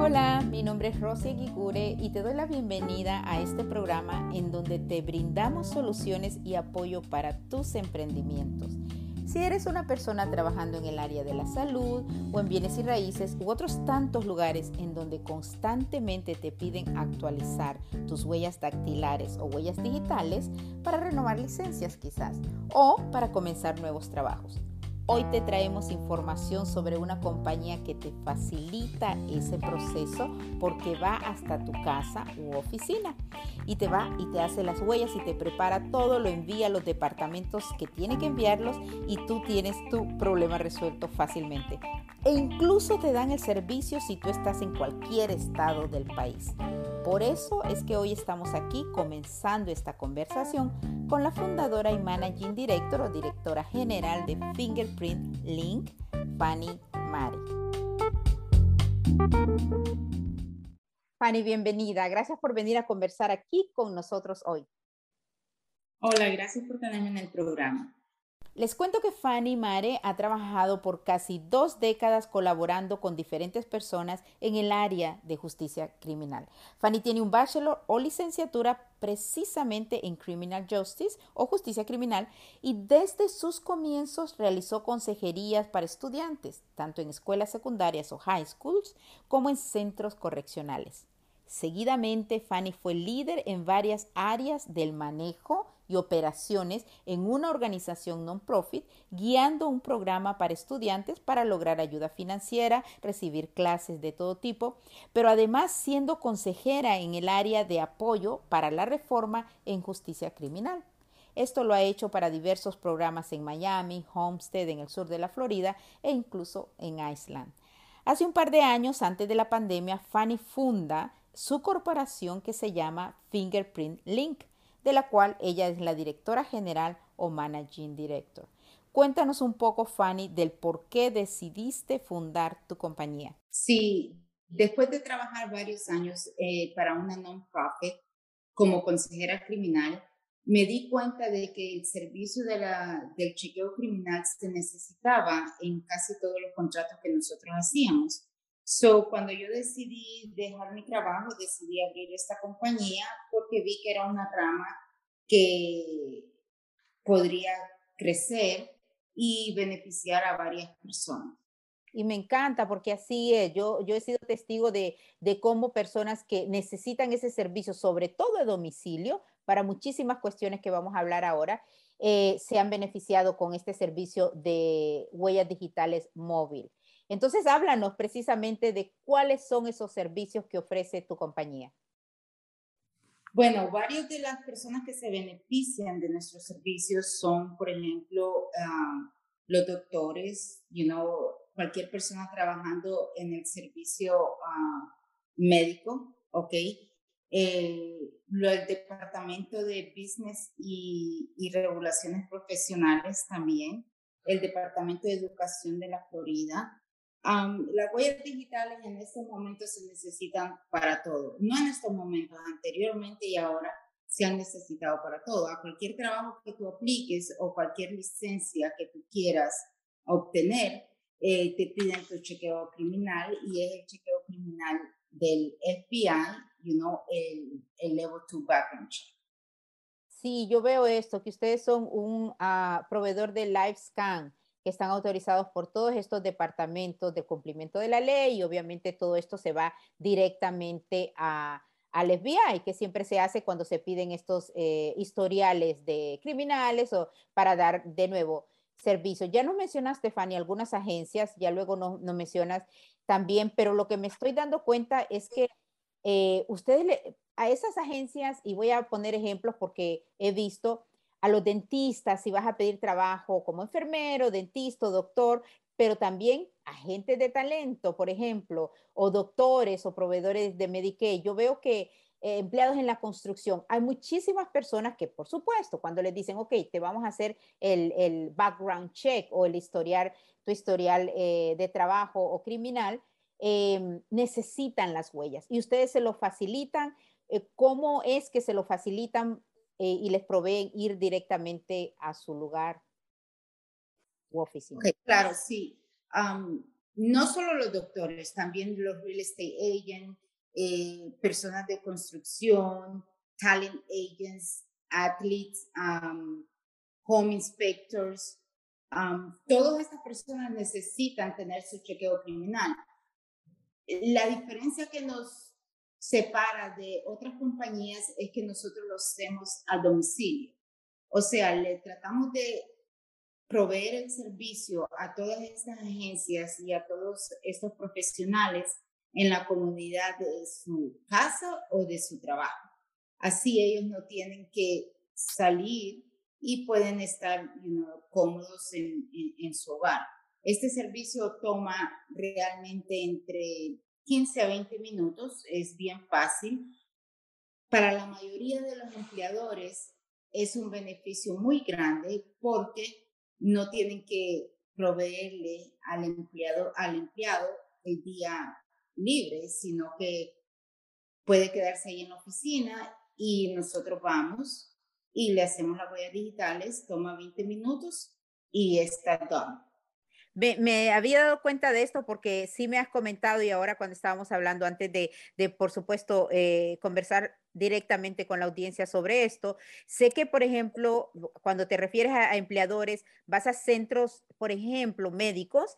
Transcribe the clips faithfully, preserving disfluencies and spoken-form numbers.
Hola, mi nombre es Rosy Aguigure y te doy la bienvenida a este programa en donde te brindamos soluciones y apoyo para tus emprendimientos. Si eres una persona trabajando en el área de la salud o en bienes y raíces u otros tantos lugares en donde constantemente te piden actualizar tus huellas dactilares o huellas digitales para renovar licencias quizás o para comenzar nuevos trabajos. Hoy te traemos información sobre una compañía que te facilita ese proceso porque va hasta tu casa u oficina y te va y te hace las huellas y te prepara todo, lo envía a los departamentos que tiene que enviarlos y tú tienes tu problema resuelto fácilmente. E incluso te dan el servicio si tú estás en cualquier estado del país. Por eso es que hoy estamos aquí comenzando esta conversación con la fundadora y managing director o directora general de Fingerprint Link, Fanny Mare. Fanny, bienvenida. Gracias por venir a conversar aquí con nosotros hoy. Hola, gracias por tenerme en el programa. Les cuento que Fanny Mare ha trabajado por casi dos décadas colaborando con diferentes personas en el área de justicia criminal. Fanny tiene un bachelor o licenciatura precisamente en Criminal Justice o justicia criminal y desde sus comienzos realizó consejerías para estudiantes, tanto en escuelas secundarias o high schools como en centros correccionales. Seguidamente, Fanny fue líder en varias áreas del manejo y operaciones en una organización non-profit, guiando un programa para estudiantes para lograr ayuda financiera, recibir clases de todo tipo, pero además siendo consejera en el área de apoyo para la reforma en justicia criminal. Esto lo ha hecho para diversos programas en Miami, Homestead, en el sur de la Florida e incluso en Iceland. Hace un par de años, antes de la pandemia, Fanny funda su corporación que se llama Fingerprint Link, de la cual ella es la directora general o managing director. Cuéntanos un poco, Fanny, del por qué decidiste fundar tu compañía. Sí, después de trabajar varios años eh, para una non-profit como consejera criminal, me di cuenta de que el servicio de la, del chequeo criminal se necesitaba en casi todos los contratos que nosotros hacíamos. So, cuando yo decidí dejar mi trabajo, decidí abrir esta compañía porque vi que era una rama que podría crecer y beneficiar a varias personas. Y me encanta porque así es. Yo, yo he sido testigo de, de cómo personas que necesitan ese servicio, sobre todo de domicilio, para muchísimas cuestiones que vamos a hablar ahora, eh, se han beneficiado con este servicio de huellas digitales móvil. Entonces, háblanos precisamente de cuáles son esos servicios que ofrece tu compañía. Bueno, varios de las personas que se benefician de nuestros servicios son, por ejemplo, um, los doctores, you know, cualquier persona trabajando en el servicio uh, médico, ¿ok? Eh, lo, el departamento de business y, y regulaciones profesionales también, el departamento de educación de la Florida. Um, las huellas digitales en estos momentos se necesitan para todo. No en estos momentos, anteriormente y ahora se han necesitado para todo. A cualquier trabajo que tú apliques o cualquier licencia que tú quieras obtener, eh, te piden tu chequeo criminal y es el chequeo criminal del F B I, you know, el, el Level dos Background Check. Sí, yo veo esto, que ustedes son un uh, proveedor de LiveScan, que están autorizados por todos estos departamentos de cumplimiento de la ley y obviamente todo esto se va directamente a, al F B I, que siempre se hace cuando se piden estos eh, historiales de criminales o para dar de nuevo servicio. Ya nos mencionaste, Fanny, algunas agencias, ya luego nos no mencionas también, pero lo que me estoy dando cuenta es que eh, ustedes le, a esas agencias, y voy a poner ejemplos porque he visto a los dentistas, si vas a pedir trabajo como enfermero, dentista, doctor, pero también agentes de talento, por ejemplo, o doctores o proveedores de Medicaid. Yo veo que eh, empleados en la construcción, hay muchísimas personas que, por supuesto, cuando les dicen, ok, te vamos a hacer el, el background check o el historial, tu historial eh, de trabajo o criminal, eh, necesitan las huellas y ustedes se lo facilitan. Eh, ¿Cómo es que se lo facilitan eh, y les proveen ir directamente a su lugar u oficina? Okay, claro, sí. Um, no solo los doctores, también los real estate agents, eh, personas de construcción, talent agents, athletes, um, home inspectors. Um, todas estas personas necesitan tener su chequeo criminal. La diferencia que nos separa de otras compañías es que nosotros lo hacemos a domicilio. O sea, le tratamos de proveer el servicio a todas estas agencias y a todos estos profesionales en la comunidad de su casa o de su trabajo. Así ellos no tienen que salir y pueden estar you know, cómodos en, en, en su hogar. Este servicio toma realmente entre quince a veinte minutos, es bien fácil. Para la mayoría de los empleadores es un beneficio muy grande porque no tienen que proveerle al empleado, al empleado el día libre, sino que puede quedarse ahí en la oficina y nosotros vamos y le hacemos las huellas digitales, toma veinte minutos y está done. Me, me, había dado cuenta de esto porque sí me has comentado y ahora cuando estábamos hablando antes de, de por supuesto, eh, conversar directamente con la audiencia sobre esto, sé que, por ejemplo, cuando te refieres a, a empleadores, vas a centros, por ejemplo, médicos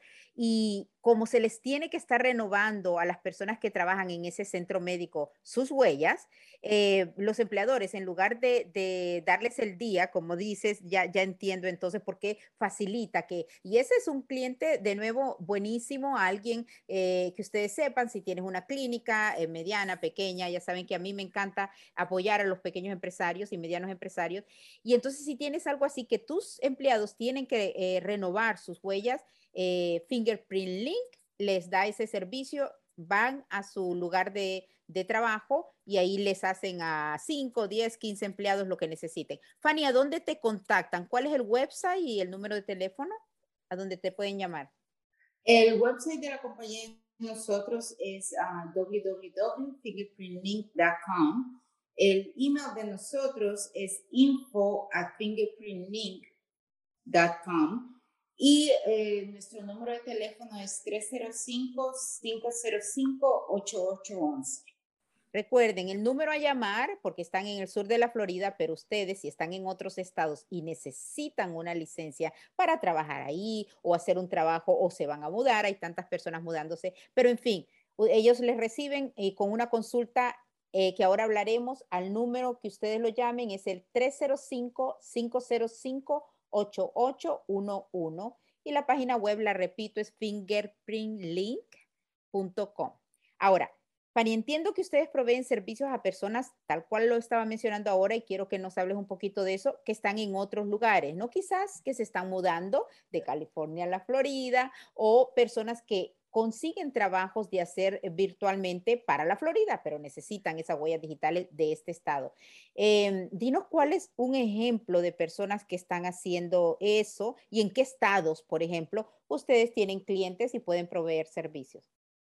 y como se les tiene que estar renovando a las personas que trabajan en ese centro médico sus huellas, eh, los empleadores, en lugar de, de, darles el día, como dices, ya, ya entiendo entonces por qué facilita que, y ese es un cliente de nuevo buenísimo, a alguien eh, que ustedes sepan, si tienes una clínica eh, mediana, pequeña, ya saben que a mí me encanta apoyar a los pequeños empresarios y medianos empresarios, y entonces si tienes algo así que tus empleados tienen que eh, renovar sus huellas, eh, Fingerprint Link les da ese servicio, van a su lugar de, de trabajo y ahí les hacen a cinco, diez, quince empleados lo que necesiten. Fanny, ¿a dónde te contactan? ¿Cuál es el website y el número de teléfono a donde te pueden llamar? El website de la compañía de nosotros es uh, w w w punto fingerprint link punto com. El email de nosotros es info at fingerprint link punto com. Y eh, nuestro número de teléfono es tres cero cinco, cinco cero cinco, ocho ocho uno uno. Recuerden, el número a llamar, porque están en el sur de la Florida, pero ustedes si están en otros estados y necesitan una licencia para trabajar ahí o hacer un trabajo o se van a mudar, hay tantas personas mudándose, pero en fin, ellos les reciben eh, con una consulta eh, que ahora hablaremos al número que ustedes lo llamen, es el tres cero cinco, cinco cero cinco, ocho ocho uno uno y la página web, la repito, es fingerprint link punto com. Ahora, Fanny, entiendo que ustedes proveen servicios a personas, tal cual lo estaba mencionando ahora, y quiero que nos hables un poquito de eso, que están en otros lugares, ¿no? Quizás que se están mudando de California a la Florida o personas que consiguen trabajos de hacer virtualmente para la Florida, pero necesitan esas huellas digitales de este estado. Eh, dinos cuál es un ejemplo de personas que están haciendo eso y en qué estados, por ejemplo, ustedes tienen clientes y pueden proveer servicios.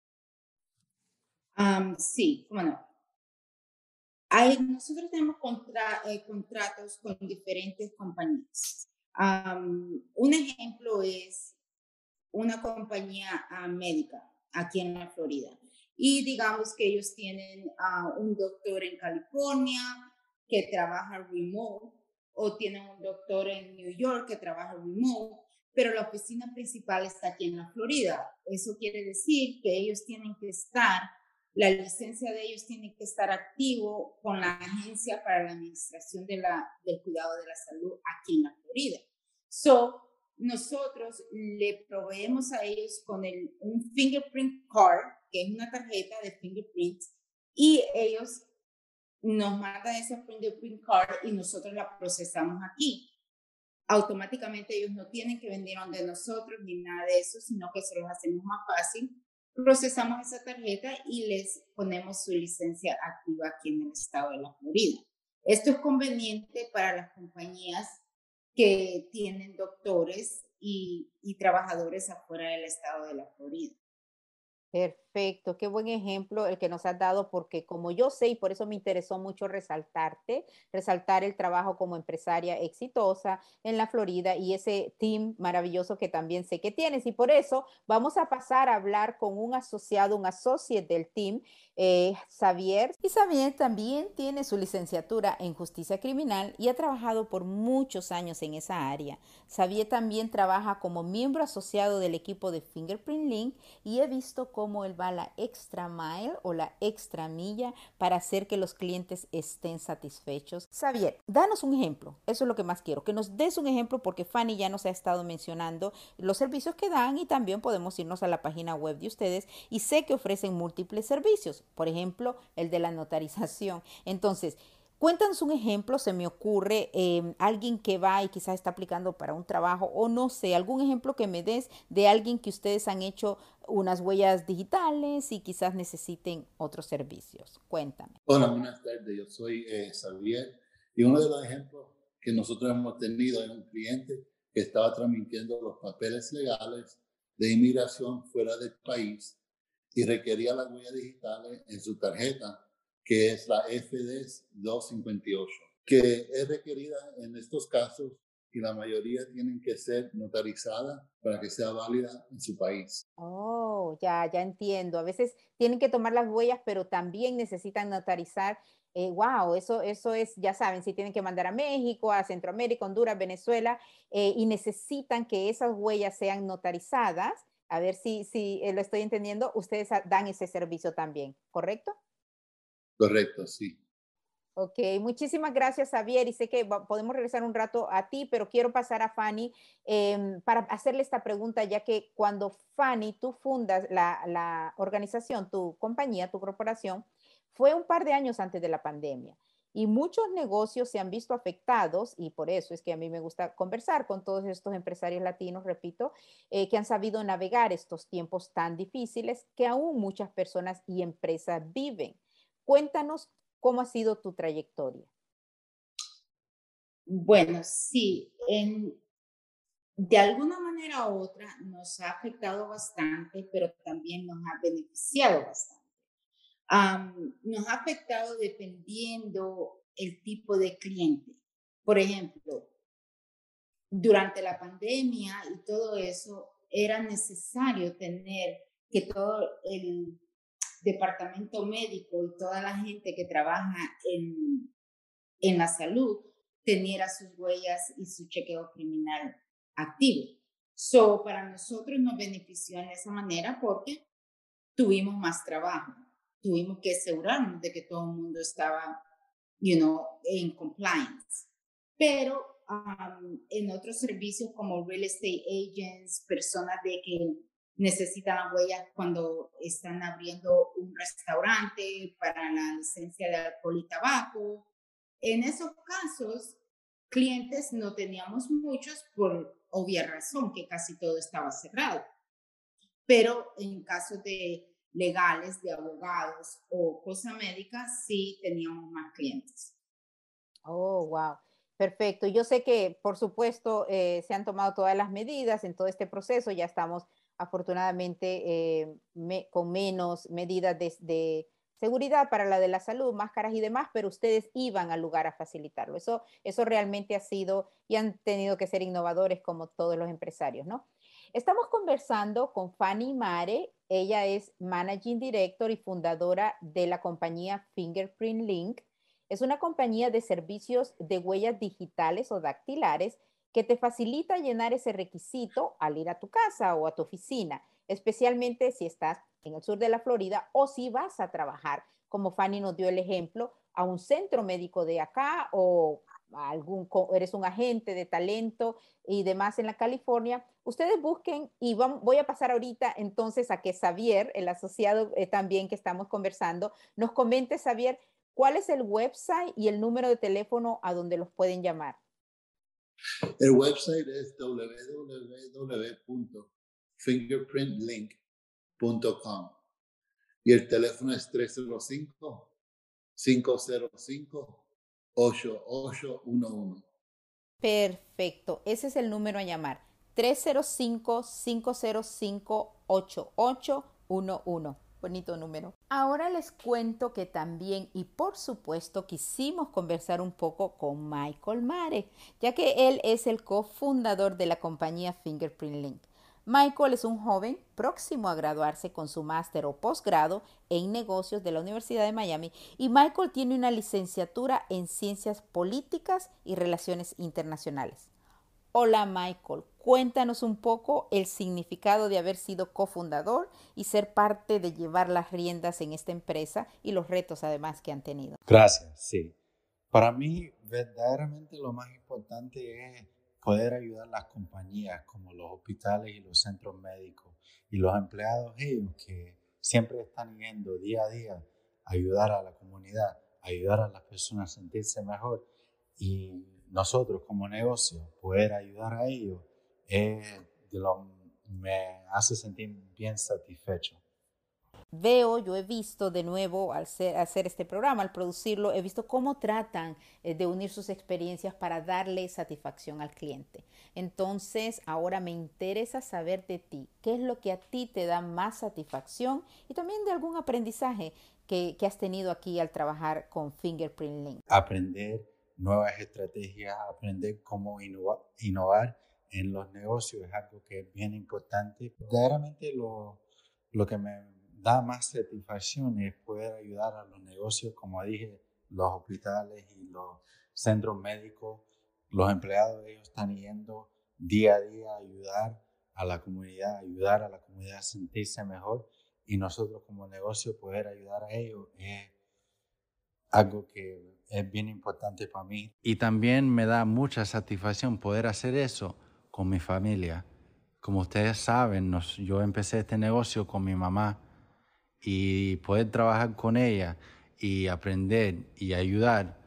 Um, sí, cómo no. Hay, nosotros tenemos contra, eh, contratos con diferentes compañías. Um, un ejemplo es una compañía uh, médica aquí en la Florida. Y digamos que ellos tienen uh, un doctor en California que trabaja remote o tienen un doctor en New York que trabaja remote, pero la oficina principal está aquí en la Florida. Eso quiere decir que ellos tienen que estar, la licencia de ellos tiene que estar activo con la Agencia para la Administración de la, del Cuidado de la Salud aquí en la Florida. So, nosotros le proveemos a ellos con el, un fingerprint card, que es una tarjeta de fingerprint, y ellos nos mandan ese fingerprint card y nosotros la procesamos aquí. Automáticamente ellos no tienen que venir donde nosotros ni nada de eso, sino que se los hacemos más fácil. Procesamos esa tarjeta y les ponemos su licencia activa aquí en el estado de la Florida. Esto es conveniente para las compañías que tienen doctores y, y trabajadores afuera del estado de la Florida. Perfecto, qué buen ejemplo el que nos has dado, porque como yo sé, y por eso me interesó mucho resaltarte, resaltar el trabajo como empresaria exitosa en la Florida y ese team maravilloso que también sé que tienes. Y por eso vamos a pasar a hablar con un asociado, un associate del team, eh, Xavier. Y Xavier también tiene su licenciatura en justicia criminal y ha trabajado por muchos años en esa área. Xavier también trabaja como miembro asociado del equipo de Fingerprint Link y he visto cómo él va la extra mile o la extra milla para hacer que los clientes estén satisfechos. Xavier, danos un ejemplo. Eso es lo que más quiero, que nos des un ejemplo porque Fanny ya nos ha estado mencionando los servicios que dan y también podemos irnos a la página web de ustedes y sé que ofrecen múltiples servicios, por ejemplo, el de la notarización. Entonces, cuéntanos un ejemplo, se me ocurre eh, alguien que va y quizás está aplicando para un trabajo o no sé, algún ejemplo que me des de alguien que ustedes han hecho unas huellas digitales y quizás necesiten otros servicios. Cuéntame. Hola, buenas tardes. Yo soy eh, Xavier y uno de los ejemplos que nosotros hemos tenido es un cliente que estaba transmitiendo los papeles legales de inmigración fuera del país y requería las huellas digitales en su tarjeta, que es la F D E S doscientos cincuenta y ocho, que es requerida en estos casos y la mayoría tienen que ser notarizadas para que sea válida en su país. Oh, ya, ya entiendo. A veces tienen que tomar las huellas, pero también necesitan notarizar. Eh, wow, eso, eso es, ya saben, si tienen que mandar a México, a Centroamérica, Honduras, Venezuela, eh, y necesitan que esas huellas sean notarizadas. A ver si, si eh, lo estoy entendiendo. Ustedes a- dan ese servicio también, ¿correcto? Correcto, sí. Ok, muchísimas gracias, Javier. Y sé que va- podemos regresar un rato a ti, pero quiero pasar a Fanny em, para hacerle esta pregunta, ya que cuando Fanny, tú fundas la, la organización, tu compañía, tu corporación, fue un par de años antes de la pandemia. Y muchos negocios se han visto afectados, y por eso es que a mí me gusta conversar con todos estos empresarios latinos, repito, eh, que han sabido navegar estos tiempos tan difíciles que aún muchas personas y empresas viven. Cuéntanos cómo ha sido tu trayectoria. Bueno, sí, en, de alguna manera u otra nos ha afectado bastante, pero también nos ha beneficiado bastante. Am, nos ha afectado dependiendo el tipo de cliente. Por ejemplo, durante la pandemia y todo eso, era necesario tener que todo el departamento médico y toda la gente que trabaja en, en la salud teniera sus huellas y su chequeo criminal activo. So, para nosotros nos benefició en esa manera porque tuvimos más trabajo. Tuvimos que asegurarnos de que todo el mundo estaba, you know, en compliance. Pero um, en otros servicios como real estate agents, personas de que necesitan las huellas cuando están abriendo un restaurante para la licencia de alcohol y tabaco. En esos casos, clientes no teníamos muchos por obvia razón, que casi todo estaba cerrado. Pero en casos de legales, de abogados o cosa médica, sí teníamos más clientes. Oh, wow. Perfecto. Yo sé que, por supuesto, eh, se han tomado todas las medidas en todo este proceso. Ya estamos afortunadamente eh, me- con menos medidas de, de seguridad para la de la salud, máscaras y demás, pero ustedes iban al lugar a facilitarlo. Eso, eso realmente ha sido y han tenido que ser innovadores como todos los empresarios, ¿no? Estamos conversando con Fanny Mare. Ella es Managing Director y fundadora de la compañía Fingerprint Link. Es una compañía de servicios de huellas digitales o dactilares que te facilita llenar ese requisito al ir a tu casa o a tu oficina, especialmente si estás en el sur de la Florida o si vas a trabajar, como Fanny nos dio el ejemplo, a un centro médico de acá o a algún, eres un agente de talento y demás en la California. Ustedes busquen y vamos, voy a pasar ahorita entonces a que Xavier, el asociado eh, también que estamos conversando, nos comente, Xavier, ¿cuál es el website y el número de teléfono a donde los pueden llamar? El website es w w w punto fingerprint link punto com y el teléfono es tres cero cinco, cinco cero cinco, ocho ocho uno uno. Perfecto, ese es el número a llamar. tres cero cinco, cinco cero cinco, ocho ocho uno uno. Bonito número. Ahora les cuento que también y por supuesto quisimos conversar un poco con Michael Mare, ya que él es el cofundador de la compañía Fingerprint Link. Michael es un joven próximo a graduarse con su máster o posgrado en negocios de la Universidad de Miami y Michael tiene una licenciatura en ciencias políticas y relaciones internacionales. Hola Michael, cuéntanos un poco el significado de haber sido cofundador y ser parte de llevar las riendas en esta empresa y los retos además que han tenido. Gracias, sí. Para mí verdaderamente lo más importante es poder ayudar a las compañías como los hospitales y los centros médicos y los empleados ellos que siempre están yendo día a día a ayudar a la comunidad, a ayudar a las personas a sentirse mejor y nosotros como negocio poder ayudar a ellos es de lo, me hace sentir bien satisfecho. Veo, yo he visto de nuevo al ser, hacer este programa, al producirlo, he visto cómo tratan eh, de unir sus experiencias para darle satisfacción al cliente. Entonces, ahora me interesa saber de ti, qué es lo que a ti te da más satisfacción y también de algún aprendizaje que, que has tenido aquí al trabajar con Fingerprint Link. Aprender nuevas estrategias, aprender cómo innova, innovar en los negocios es algo que es bien importante. Verdaderamente lo, lo que me da más satisfacción es poder ayudar a los negocios, como dije, los hospitales y los centros médicos, los empleados, ellos están yendo día a día a ayudar a la comunidad, ayudar a la comunidad a sentirse mejor y nosotros como negocio poder ayudar a ellos es algo que es bien importante para mí. Y también me da mucha satisfacción poder hacer eso con mi familia. Como ustedes saben, nos, yo empecé este negocio con mi mamá y poder trabajar con ella y aprender y ayudar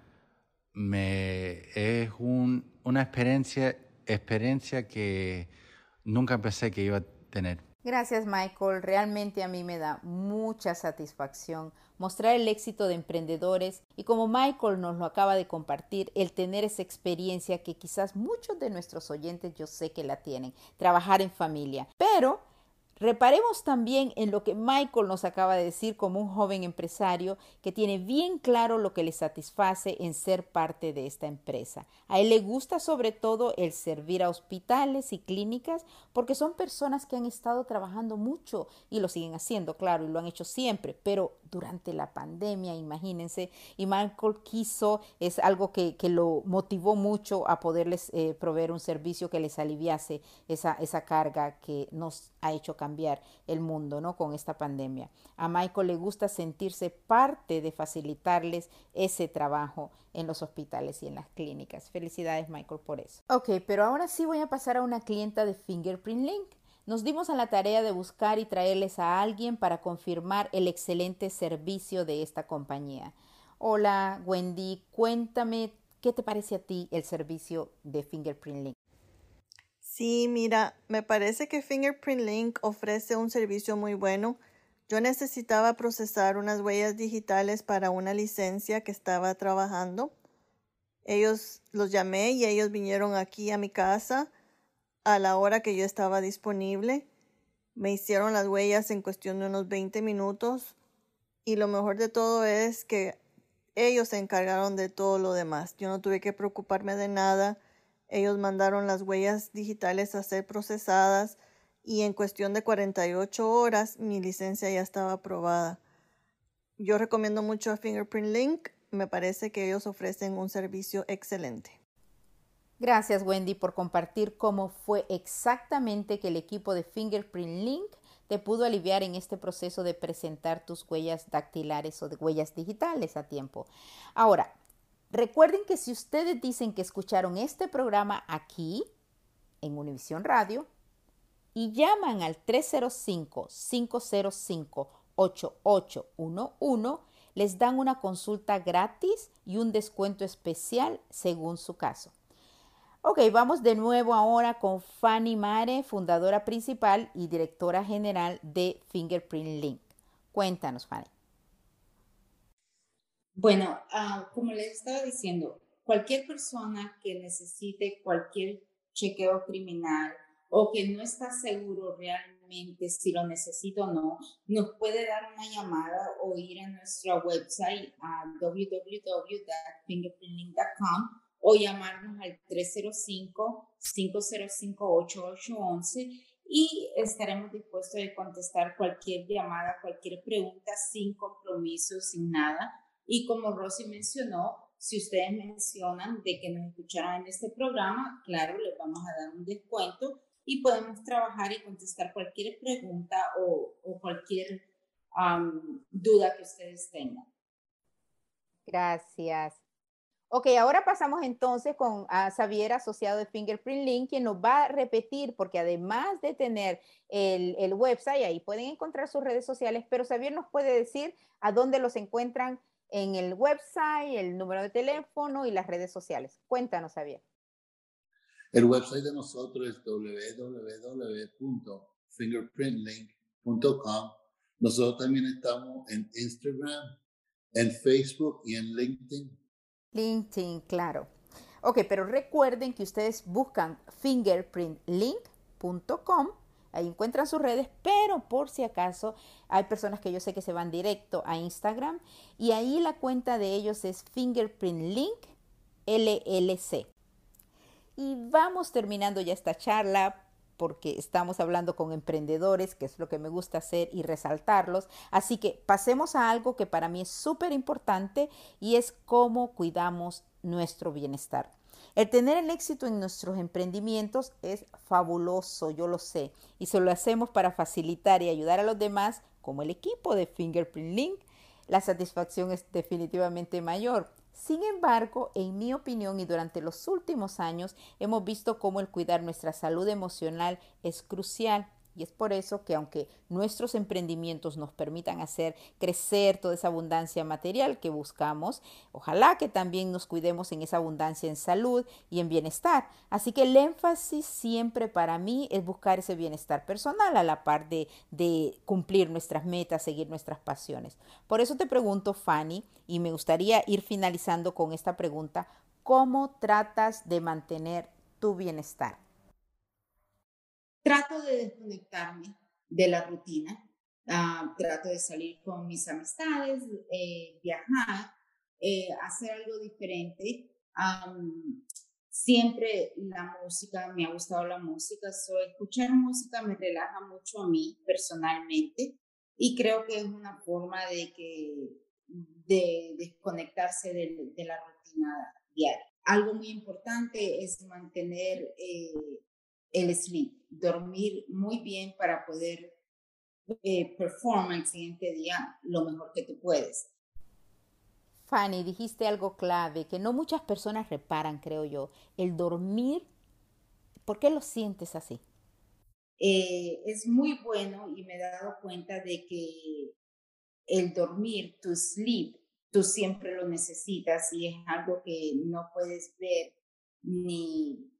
me, es un, una experiencia, experiencia que nunca pensé que iba a tener. Gracias Michael, realmente a mí me da mucha satisfacción mostrar el éxito de emprendedores y como Michael nos lo acaba de compartir, el tener esa experiencia que quizás muchos de nuestros oyentes yo sé que la tienen, trabajar en familia. Pero reparemos también en lo que Michael nos acaba de decir como un joven empresario que tiene bien claro lo que le satisface en ser parte de esta empresa. A él le gusta sobre todo el servir a hospitales y clínicas porque son personas que han estado trabajando mucho y lo siguen haciendo, claro, y lo han hecho siempre, pero durante la pandemia, imagínense, y Michael quiso, es algo que, que lo motivó mucho a poderles eh, proveer un servicio que les aliviase esa, esa carga que nos ha hecho cambiar el mundo, ¿no? Con esta pandemia. A Michael le gusta sentirse parte de facilitarles ese trabajo en los hospitales y en las clínicas. Felicidades, Michael, por eso. Ok, pero ahora sí voy a pasar a una clienta de Fingerprint Link. Nos dimos a la tarea de buscar y traerles a alguien para confirmar el excelente servicio de esta compañía. Hola, Wendy, cuéntame, ¿qué te parece a ti el servicio de Fingerprint Link? Sí, mira, me parece que Fingerprint Link ofrece un servicio muy bueno. Yo necesitaba procesar unas huellas digitales para una licencia que estaba trabajando. Ellos los llamé y ellos vinieron aquí a mi casa a la hora que yo estaba disponible. Me hicieron las huellas en cuestión de unos veinte minutos y lo mejor de todo es que ellos se encargaron de todo lo demás. Yo no tuve que preocuparme de nada. Ellos mandaron las huellas digitales a ser procesadas y en cuestión de cuarenta y ocho horas mi licencia ya estaba aprobada. Yo recomiendo mucho a Fingerprint Link. Me parece que ellos ofrecen un servicio excelente. Gracias, Wendy, por compartir cómo fue exactamente que el equipo de Fingerprint Link te pudo aliviar en este proceso de presentar tus huellas dactilares o de huellas digitales a tiempo. Ahora, recuerden que si ustedes dicen que escucharon este programa aquí, en Univisión Radio, y llaman al tres cero cinco, cinco cero cinco, ocho ocho uno uno, les dan una consulta gratis y un descuento especial según su caso. Ok, vamos de nuevo ahora con Fanny Mare, fundadora principal y directora general de Fingerprint Link. Cuéntanos, Fanny. Bueno, uh, como les estaba diciendo, cualquier persona que necesite cualquier chequeo criminal o que no está seguro realmente realmente si lo necesito o no, nos puede dar una llamada o ir a nuestra website a w w w punto fingerprintlink punto com o llamarnos al tres cero cinco, cinco cero cinco, ocho ocho uno uno y estaremos dispuestos a contestar cualquier llamada, cualquier pregunta sin compromiso, sin nada. Y como Rosy mencionó, si ustedes mencionan de que nos escucharon en este programa, claro, les vamos a dar un descuento y podemos trabajar y contestar cualquier pregunta o, o cualquier um, duda que ustedes tengan. Gracias. Ok, ahora pasamos entonces con a Xavier, asociado de Fingerprint Link, quien nos va a repetir, porque además de tener el, el website, ahí pueden encontrar sus redes sociales, pero Xavier nos puede decir a dónde los encuentran en el website, el número de teléfono y las redes sociales. Cuéntanos, Xavier. El website de nosotros es w w w punto fingerprint link punto com. Nosotros también estamos en Instagram, en Facebook y en LinkedIn. LinkedIn, claro. Ok, pero recuerden que ustedes buscan fingerprint link punto com, ahí encuentran sus redes, pero por si acaso hay personas que yo sé que se van directo a Instagram y ahí la cuenta de ellos es fingerprintlink L L C. Y vamos terminando ya esta charla porque estamos hablando con emprendedores, que es lo que me gusta hacer y resaltarlos. Así que pasemos a algo que para mí es súper importante y es cómo cuidamos nuestro bienestar. El tener el éxito en nuestros emprendimientos es fabuloso, yo lo sé, y se lo hacemos para facilitar y ayudar a los demás, como el equipo de Fingerprint Link. La satisfacción es definitivamente mayor. Sin embargo, en mi opinión y durante los últimos años, hemos visto cómo el cuidar nuestra salud emocional es crucial. Y es por eso que aunque nuestros emprendimientos nos permitan hacer crecer toda esa abundancia material que buscamos, ojalá que también nos cuidemos en esa abundancia en salud y en bienestar. Así que el énfasis siempre para mí es buscar ese bienestar personal a la par de, de cumplir nuestras metas, seguir nuestras pasiones. Por eso te pregunto, Fanny, y me gustaría ir finalizando con esta pregunta, ¿cómo tratas de mantener tu bienestar? Trato de desconectarme de la rutina, uh, trato de salir con mis amistades, eh, viajar, eh, hacer algo diferente. Um, siempre la música, me ha gustado la música, so, escuchar música me relaja mucho a mí personalmente y creo que es una forma de, que, de desconectarse de, de la rutina diaria. Algo muy importante es mantener eh, el sleep, dormir muy bien para poder eh, perform al siguiente día lo mejor que tú puedes. Fanny, dijiste algo clave que no muchas personas reparan, creo yo, el dormir. ¿Por qué lo sientes así? Eh, es muy bueno y me he dado cuenta de que el dormir, tu sleep, tú siempre lo necesitas y es algo que no puedes ver ni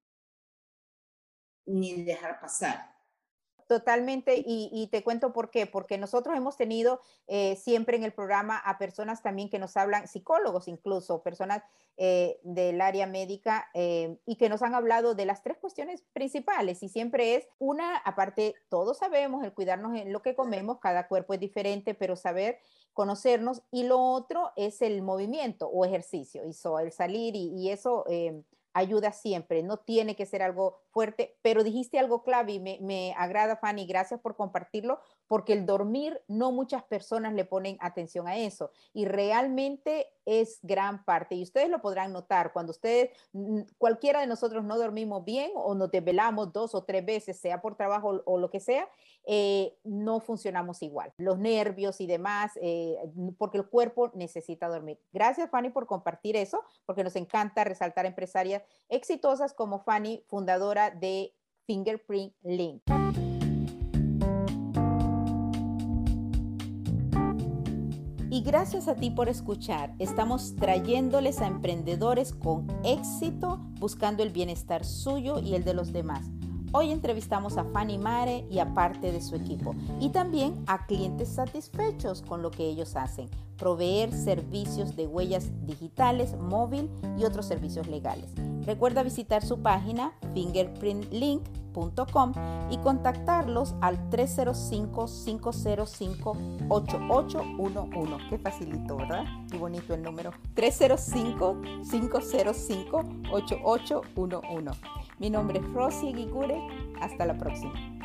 ni dejar pasar. Totalmente, y, y te cuento por qué, porque nosotros hemos tenido eh, siempre en el programa a personas también que nos hablan, psicólogos incluso, personas eh, del área médica eh, y que nos han hablado de las tres cuestiones principales y siempre es una, aparte todos sabemos el cuidarnos en lo que comemos, cada cuerpo es diferente, pero saber conocernos y lo otro es el movimiento o ejercicio, y so, el salir y, y eso... Eh, ayuda siempre, no tiene que ser algo fuerte, pero dijiste algo clave y me, me agrada, Fanny, gracias por compartirlo, porque el dormir no muchas personas le ponen atención a eso y realmente es gran parte y ustedes lo podrán notar cuando ustedes, cualquiera de nosotros no dormimos bien o nos desvelamos dos o tres veces, sea por trabajo o lo que sea, eh, no funcionamos igual, los nervios y demás, eh, porque el cuerpo necesita dormir. Gracias, Fanny, por compartir eso, porque nos encanta resaltar empresarias exitosas como Fanny, fundadora de Fingerprint Link. Y gracias a ti por escuchar. Estamos trayéndoles a emprendedores con éxito, buscando el bienestar suyo y el de los demás. Hoy entrevistamos a Fanny Mare y a parte de su equipo y también a clientes satisfechos con lo que ellos hacen, proveer servicios de huellas digitales, móvil y otros servicios legales. Recuerda visitar su página fingerprint link punto com y contactarlos al tres cero cinco, cinco cero cinco, ocho ocho uno uno. Qué facilito, ¿verdad? Qué bonito el número. tres cero cinco, cinco cero cinco, ocho ocho uno uno. Mi nombre es Rosy Eguigure. Hasta la próxima.